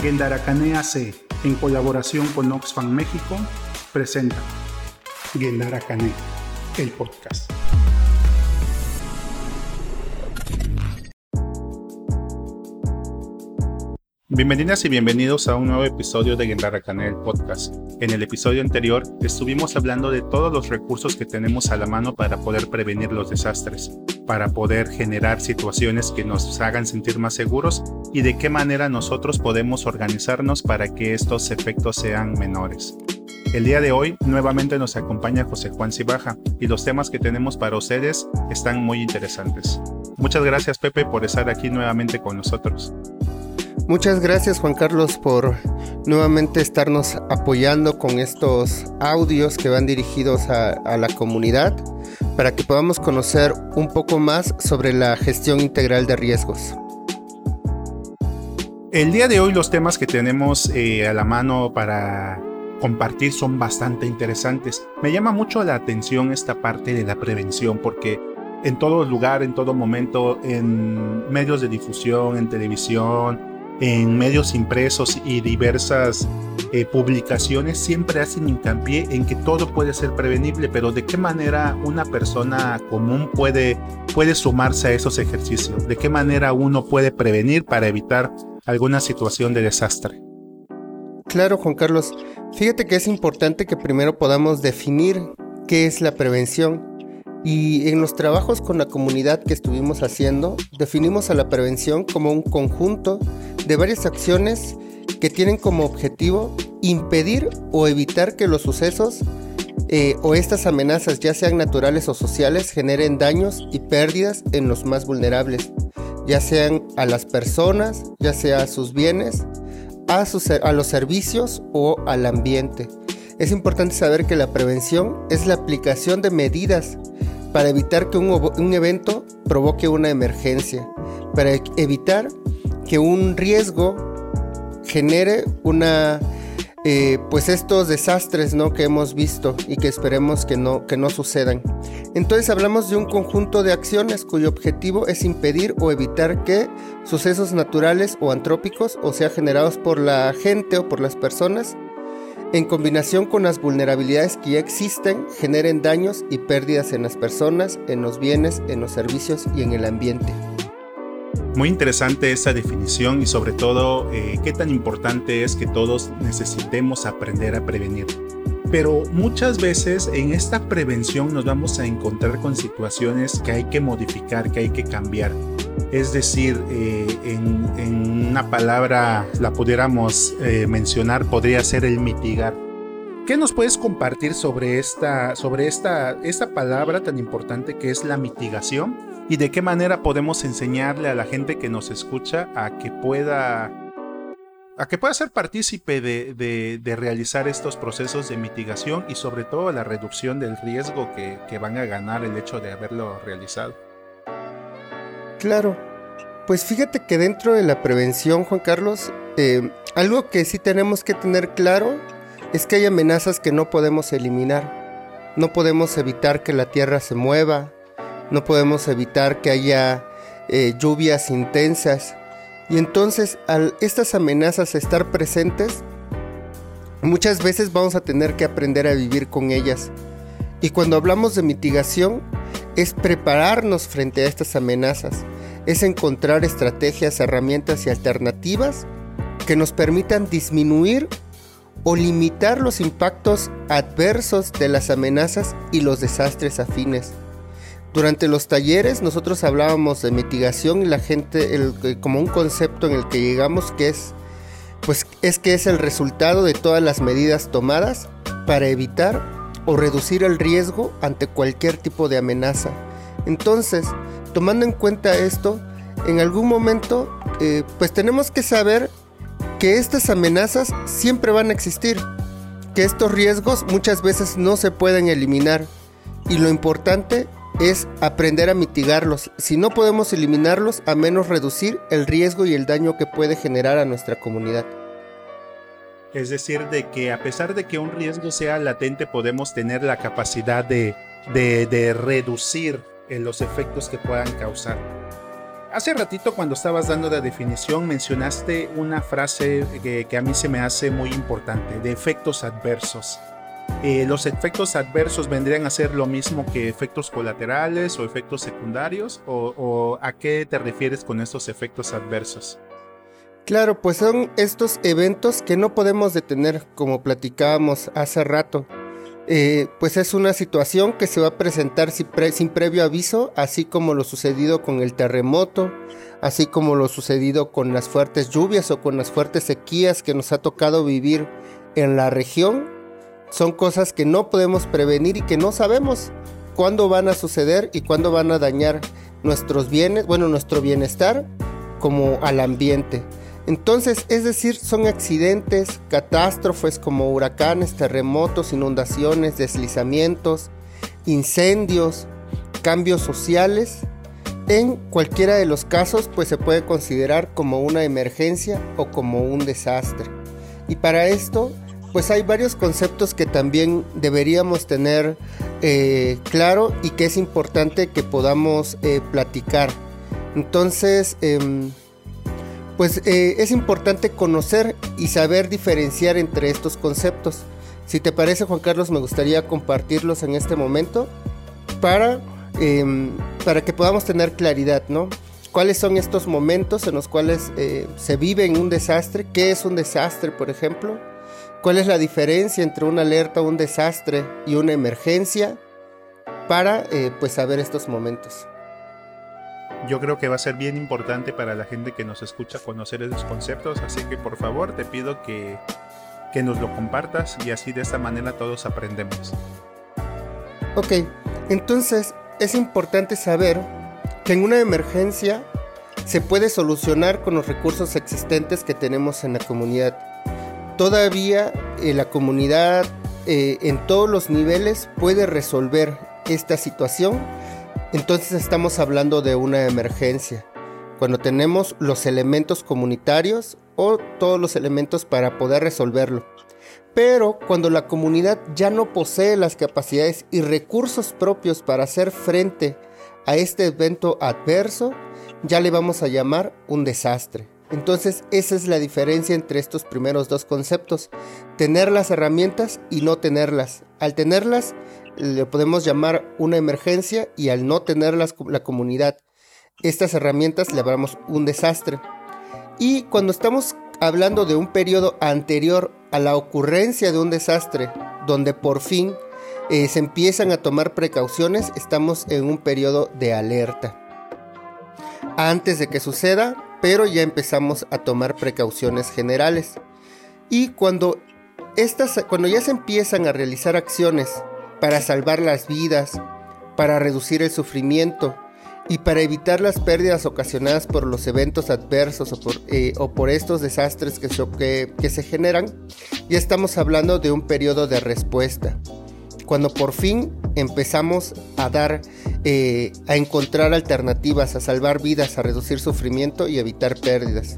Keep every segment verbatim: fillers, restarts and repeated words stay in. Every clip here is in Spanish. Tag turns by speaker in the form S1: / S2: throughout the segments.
S1: Gendaracane A C, en colaboración con Oxfam México, presenta Gendaracane, el podcast. Bienvenidas y bienvenidos a un nuevo episodio de Gendaracane, el podcast. En el episodio anterior estuvimos hablando de todos los recursos que tenemos a la mano para poder prevenir los desastres, para poder generar situaciones que nos hagan sentir más seguros y de qué manera nosotros podemos organizarnos para que estos efectos sean menores. El día de hoy nuevamente nos acompaña José Juan Cibaja y los temas que tenemos para ustedes están muy interesantes. Muchas gracias, Pepe, por estar aquí nuevamente con nosotros.
S2: Muchas gracias, Juan Carlos, por nuevamente estarnos apoyando con estos audios que van dirigidos a, a la comunidad para que podamos conocer un poco más sobre la gestión integral de riesgos.
S1: El día de hoy los temas que tenemos eh, a la mano para compartir son bastante interesantes. Me llama mucho la atención esta parte de la prevención porque en todo lugar, en todo momento, en medios de difusión, en televisión, en medios impresos y diversas eh, publicaciones siempre hacen hincapié en que todo puede ser prevenible, pero ¿de qué manera una persona común puede, puede sumarse a esos ejercicios? ¿De qué manera uno puede prevenir para evitar alguna situación de desastre?
S2: Claro, Juan Carlos. Fíjate que es importante que primero podamos definir qué es la prevención. Y en los trabajos con la comunidad que estuvimos haciendo, definimos a la prevención como un conjunto de varias acciones que tienen como objetivo impedir o evitar que los sucesos eh, o estas amenazas, ya sean naturales o sociales, generen daños y pérdidas en los más vulnerables, ya sean a las personas, ya sea a sus bienes, a, sus, a los servicios o al ambiente. Es importante saber que la prevención es la aplicación de medidas para evitar que un, un evento provoque una emergencia, para evitar que un riesgo genere una, eh, pues estos desastres, ¿no?, que hemos visto y que esperemos que no, que no sucedan. Entonces hablamos de un conjunto de acciones cuyo objetivo es impedir o evitar que sucesos naturales o antrópicos, o sea, generados por la gente o por las personas, en combinación con las vulnerabilidades que ya existen, generen daños y pérdidas en las personas, en los bienes, en los servicios y en el ambiente.
S1: Muy interesante esa definición y sobre todo eh, qué tan importante es que todos necesitemos aprender a prevenir. Pero muchas veces en esta prevención nos vamos a encontrar con situaciones que hay que modificar, que hay que cambiar. Es decir, eh, en, en una palabra la pudiéramos eh, mencionar, podría ser el mitigar. ¿Qué nos puedes compartir sobre esta, sobre esta, esta palabra tan importante que es la mitigación? ¿Y de qué manera podemos enseñarle a la gente que nos escucha a que pueda, a que pueda ser partícipe de, de, de realizar estos procesos de mitigación y sobre todo la reducción del riesgo que, que van a ganar el hecho de haberlo realizado?
S2: Claro, pues fíjate que dentro de la prevención, Juan Carlos, eh, algo que sí tenemos que tener claro es que hay amenazas que no podemos eliminar. No podemos evitar que la tierra se mueva, no podemos evitar que haya eh, lluvias intensas. Y entonces, al estas amenazas estar presentes, muchas veces vamos a tener que aprender a vivir con ellas. Y cuando hablamos de mitigación, es prepararnos frente a estas amenazas, es encontrar estrategias, herramientas y alternativas que nos permitan disminuir o limitar los impactos adversos de las amenazas y los desastres afines. Durante los talleres nosotros hablábamos de mitigación y la gente, el, como un concepto en el que llegamos que es, pues, es que es el resultado de todas las medidas tomadas para evitar o reducir el riesgo ante cualquier tipo de amenaza. Entonces, tomando en cuenta esto, en algún momento, eh, pues tenemos que saber que estas amenazas siempre van a existir, que estos riesgos muchas veces no se pueden eliminar y lo importante es aprender a mitigarlos. Si no podemos eliminarlos, a menos reducir el riesgo y el daño que puede generar a nuestra comunidad.
S1: Es decir, de que a pesar de que un riesgo sea latente, podemos tener la capacidad de, de, de reducir en los efectos que puedan causar. Hace ratito cuando estabas dando la definición mencionaste una frase que, que a mí se me hace muy importante, de efectos adversos. Eh, ¿Los efectos adversos vendrían a ser lo mismo que efectos colaterales o efectos secundarios? ¿O, o a qué te refieres con estos efectos adversos?
S2: Claro, pues son estos eventos que no podemos detener, como platicábamos hace rato. Eh, pues es una situación que se va a presentar sin, pre- sin previo aviso, así como lo sucedido con el terremoto, así como lo sucedido con las fuertes lluvias o con las fuertes sequías que nos ha tocado vivir en la región. Son cosas que no podemos prevenir y que no sabemos cuándo van a suceder y cuándo van a dañar nuestros bienes, bueno, nuestro bienestar como al ambiente. Entonces, es decir, son accidentes, catástrofes como huracanes, terremotos, inundaciones, deslizamientos, incendios, cambios sociales. En cualquiera de los casos, pues se puede considerar como una emergencia o como un desastre. Y para esto, pues hay varios conceptos que también deberíamos tener eh, claro y que es importante que podamos eh, platicar. Entonces, eh, pues eh, es importante conocer y saber diferenciar entre estos conceptos. Si te parece, Juan Carlos, me gustaría compartirlos en este momento para, eh, para que podamos tener claridad, ¿no? ¿Cuáles son estos momentos en los cuales eh, se vive en un desastre? ¿Qué es un desastre, por ejemplo? ¿Cuál es la diferencia entre una alerta, un desastre y una emergencia? Para eh, pues saber estos momentos.
S1: Yo creo que va a ser bien importante para la gente que nos escucha conocer esos conceptos, así que por favor te pido que, que nos lo compartas y así de esta manera todos aprendemos.
S2: Ok, entonces es importante saber que en una emergencia se puede solucionar con los recursos existentes que tenemos en la comunidad. Todavía eh, la comunidad eh, en todos los niveles puede resolver esta situación. Entonces estamos hablando de una emergencia, cuando tenemos los elementos comunitarios o todos los elementos para poder resolverlo. Pero cuando la comunidad ya no posee las capacidades y recursos propios para hacer frente a este evento adverso, ya le vamos a llamar un desastre. Entonces esa es la diferencia entre estos primeros dos conceptos, tener las herramientas y no tenerlas. Al tenerlas le podemos llamar una emergencia y al no tenerlas la comunidad, estas herramientas le llamamos un desastre. Y cuando estamos hablando de un periodo anterior a la ocurrencia de un desastre, donde por fin eh, se empiezan a tomar precauciones, estamos en un periodo de alerta. Antes de que suceda, pero ya empezamos a tomar precauciones generales. Y cuando, estas, cuando ya se empiezan a realizar acciones para salvar las vidas, para reducir el sufrimiento y para evitar las pérdidas ocasionadas por los eventos adversos o por, eh, o por estos desastres que, so, que, que se generan, ya estamos hablando de un periodo de respuesta. Cuando por fin empezamos a dar, eh, a encontrar alternativas, a salvar vidas, a reducir sufrimiento y evitar pérdidas.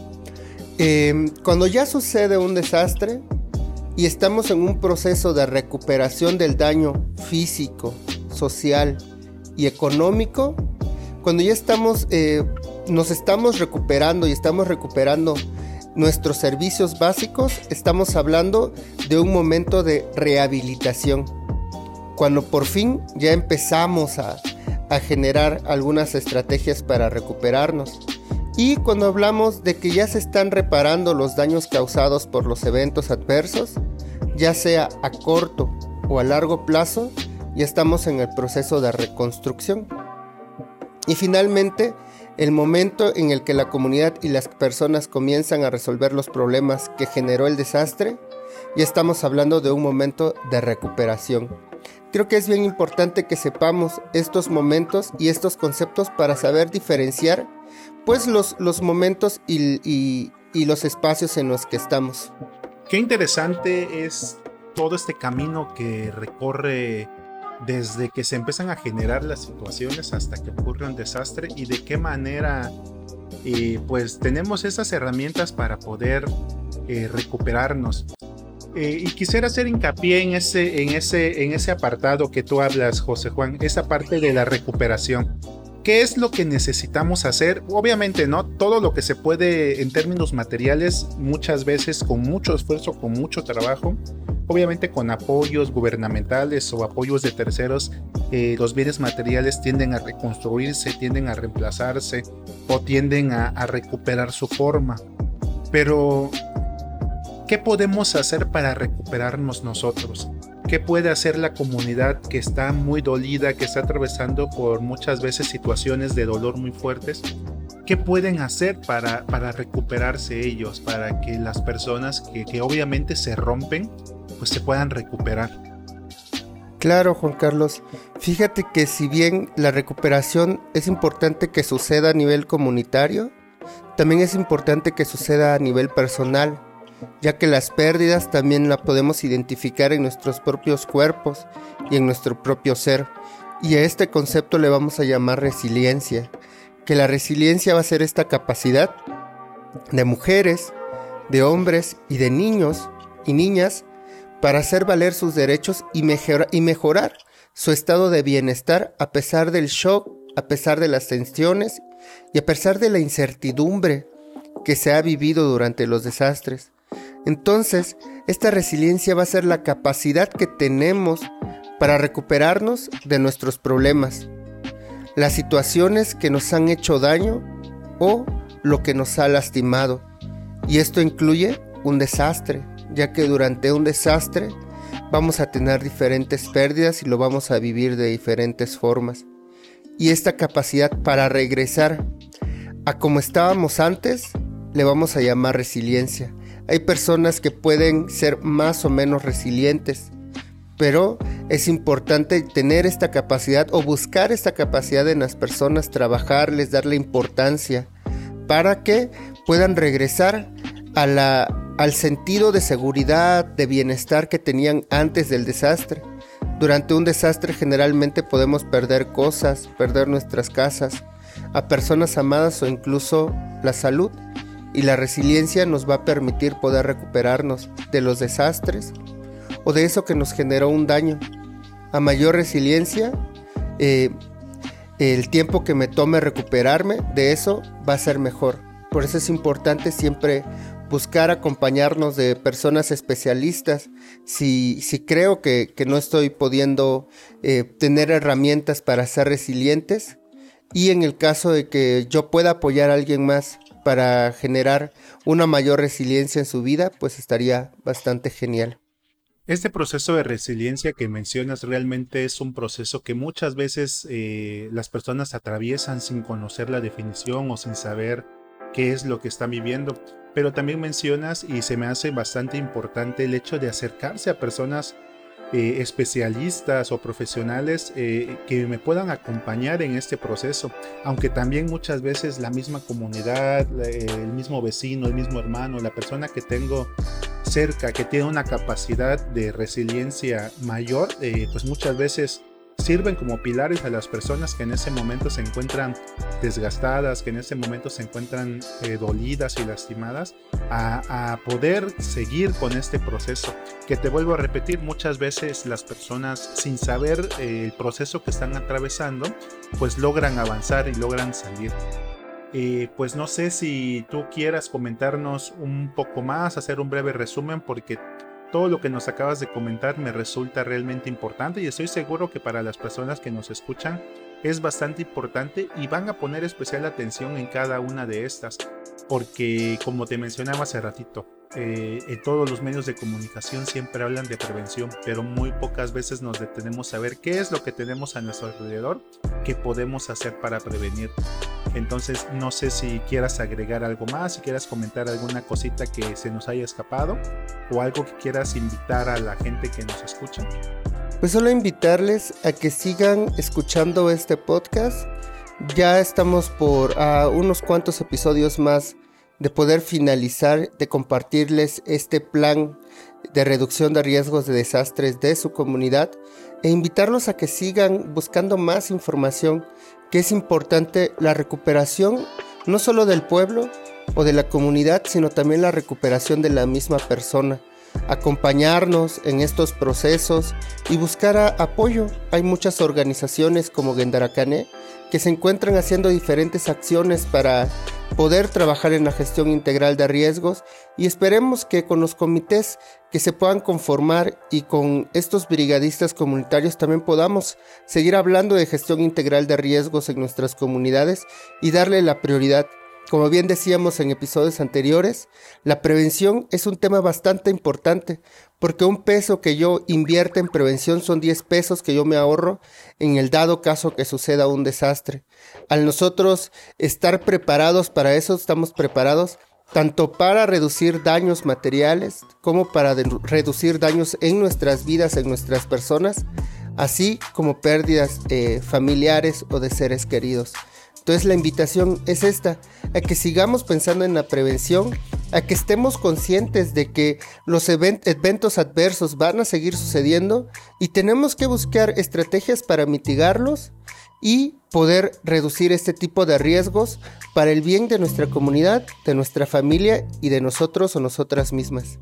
S2: Eh, cuando ya sucede un desastre y estamos en un proceso de recuperación del daño físico, social y económico, cuando ya estamos, eh, nos estamos recuperando y estamos recuperando nuestros servicios básicos, estamos hablando de un momento de rehabilitación. Cuando por fin ya empezamos a, a generar algunas estrategias para recuperarnos. Y cuando hablamos de que ya se están reparando los daños causados por los eventos adversos, ya sea a corto o a largo plazo, ya estamos en el proceso de reconstrucción. Y finalmente, el momento en el que la comunidad y las personas comienzan a resolver los problemas que generó el desastre, ya estamos hablando de un momento de recuperación. Creo que es bien importante que sepamos estos momentos y estos conceptos para saber diferenciar pues los, los momentos y, y, y los espacios en los que estamos.
S1: Qué interesante es todo este camino que recorre desde que se empiezan a generar las situaciones hasta que ocurre un desastre y de qué manera eh, pues tenemos esas herramientas para poder eh, recuperarnos. Eh, y quisiera hacer hincapié en ese, en, ese, en ese apartado que tú hablas, José Juan, esa parte de la recuperación. ¿Qué es lo que necesitamos hacer? Obviamente, ¿no? Todo lo que se puede en términos materiales, muchas veces con mucho esfuerzo, con mucho trabajo, obviamente con apoyos gubernamentales o apoyos de terceros, eh, los bienes materiales tienden a reconstruirse, tienden a reemplazarse o tienden a, a recuperar su forma. Pero, ¿qué podemos hacer para recuperarnos nosotros? ¿Qué puede hacer la comunidad que está muy dolida, que está atravesando por muchas veces situaciones de dolor muy fuertes? ¿Qué pueden hacer para, para recuperarse ellos, para que las personas que, que obviamente se rompen, pues se puedan recuperar?
S2: Claro, Juan Carlos. Fíjate que si bien la recuperación es importante que suceda a nivel comunitario, también es importante que suceda a nivel personal, ya que las pérdidas también las podemos identificar en nuestros propios cuerpos y en nuestro propio ser. Y a este concepto le vamos a llamar resiliencia, que la resiliencia va a ser esta capacidad de mujeres, de hombres y de niños y niñas para hacer valer sus derechos y, mejor, y mejorar su estado de bienestar a pesar del shock, a pesar de las tensiones y a pesar de la incertidumbre que se ha vivido durante los desastres. Entonces, esta resiliencia va a ser la capacidad que tenemos para recuperarnos de nuestros problemas, las situaciones que nos han hecho daño o lo que nos ha lastimado. Y esto incluye un desastre, ya que durante un desastre vamos a tener diferentes pérdidas y lo vamos a vivir de diferentes formas. Y esta capacidad para regresar a como estábamos antes, le vamos a llamar resiliencia. Hay personas que pueden ser más o menos resilientes, pero es importante tener esta capacidad o buscar esta capacidad en las personas, trabajarles, darle importancia para que puedan regresar a la, al sentido de seguridad, de bienestar que tenían antes del desastre. Durante un desastre generalmente podemos perder cosas, perder nuestras casas, a personas amadas o incluso la salud. Y la resiliencia nos va a permitir poder recuperarnos de los desastres o de eso que nos generó un daño. A mayor resiliencia, eh, el tiempo que me tome recuperarme de eso va a ser mejor. Por eso es importante siempre buscar acompañarnos de personas especialistas. Si, si creo que, que no estoy pudiendo eh, tener herramientas para ser resilientes, y en el caso de que yo pueda apoyar a alguien más para generar una mayor resiliencia en su vida, pues estaría bastante genial.
S1: Este proceso de resiliencia que mencionas realmente es un proceso que muchas veces eh, las personas atraviesan sin conocer la definición o sin saber qué es lo que están viviendo. Pero también mencionas, y se me hace bastante importante, el hecho de acercarse a personas Eh, especialistas o profesionales eh, que me puedan acompañar en este proceso, aunque también muchas veces la misma comunidad, eh, el mismo vecino, el mismo hermano, la persona que tengo cerca que tiene una capacidad de resiliencia mayor, eh, pues muchas veces sirven como pilares a las personas que en ese momento se encuentran desgastadas, que en ese momento se encuentran eh, dolidas y lastimadas, a, a poder seguir con este proceso. Que te vuelvo a repetir, muchas veces las personas, sin saber eh, el proceso que están atravesando, pues logran avanzar y logran salir. Eh, pues no sé si tú quieras comentarnos un poco más, hacer un breve resumen, porque todo lo que nos acabas de comentar me resulta realmente importante y estoy seguro que para las personas que nos escuchan es bastante importante y van a poner especial atención en cada una de estas, porque como te mencionaba hace ratito, eh, en todos los medios de comunicación siempre hablan de prevención, pero muy pocas veces nos detenemos a ver qué es lo que tenemos a nuestro alrededor que podemos hacer para prevenir. Entonces no sé si quieras agregar algo más, si quieras comentar alguna cosita que se nos haya escapado o algo que quieras invitar a la gente que nos escucha.
S2: Pues solo invitarles a que sigan escuchando este podcast. Ya estamos por uh, unos cuantos episodios más de poder finalizar, de compartirles este plan de reducción de riesgos de desastres de su comunidad e invitarlos a que sigan buscando más información, que es importante la recuperación no solo del pueblo o de la comunidad, sino también la recuperación de la misma persona. acompañarnos en estos procesos y buscar a, apoyo. Hay muchas organizaciones como Gendaracane que se encuentran haciendo diferentes acciones para poder trabajar en la gestión integral de riesgos, y esperemos que con los comités que se puedan conformar y con estos brigadistas comunitarios también podamos seguir hablando de gestión integral de riesgos en nuestras comunidades y darle la prioridad. Como bien decíamos en episodios anteriores, la prevención es un tema bastante importante, porque un peso que yo invierta en prevención son diez pesos que yo me ahorro en el dado caso que suceda un desastre. Al nosotros estar preparados para eso, estamos preparados tanto para reducir daños materiales como para de- reducir daños en nuestras vidas, en nuestras personas, así como pérdidas eh, familiares o de seres queridos. Entonces la invitación es esta, a que sigamos pensando en la prevención, a que estemos conscientes de que los event- eventos adversos van a seguir sucediendo y tenemos que buscar estrategias para mitigarlos y poder reducir este tipo de riesgos para el bien de nuestra comunidad, de nuestra familia y de nosotros o nosotras mismas.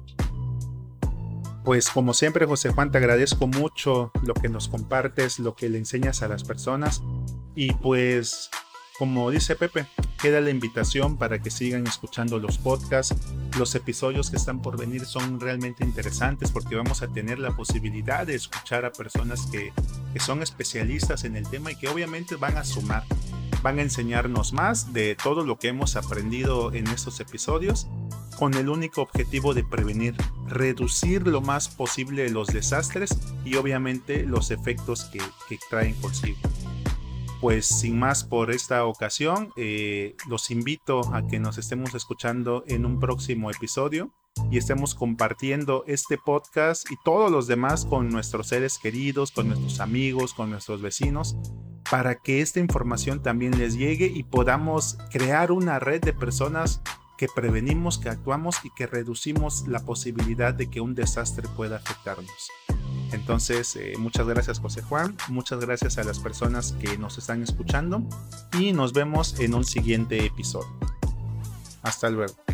S1: Pues como siempre, José Juan, te agradezco mucho lo que nos compartes, lo que le enseñas a las personas, y pues como dice Pepe, queda la invitación para que sigan escuchando los podcasts. Los episodios que están por venir son realmente interesantes porque vamos a tener la posibilidad de escuchar a personas que, que son especialistas en el tema y que obviamente van a sumar, van a enseñarnos más de todo lo que hemos aprendido en estos episodios, con el único objetivo de prevenir, reducir lo más posible los desastres y obviamente los efectos que, que traen consigo. Pues sin más por esta ocasión, eh, los invito a que nos estemos escuchando en un próximo episodio y estemos compartiendo este podcast y todos los demás con nuestros seres queridos, con nuestros amigos, con nuestros vecinos, para que esta información también les llegue y podamos crear una red de personas que prevenimos, que actuamos y que reducimos la posibilidad de que un desastre pueda afectarnos. Entonces, eh, muchas gracias José Juan, muchas gracias a las personas que nos están escuchando y nos vemos en un siguiente episodio. Hasta luego.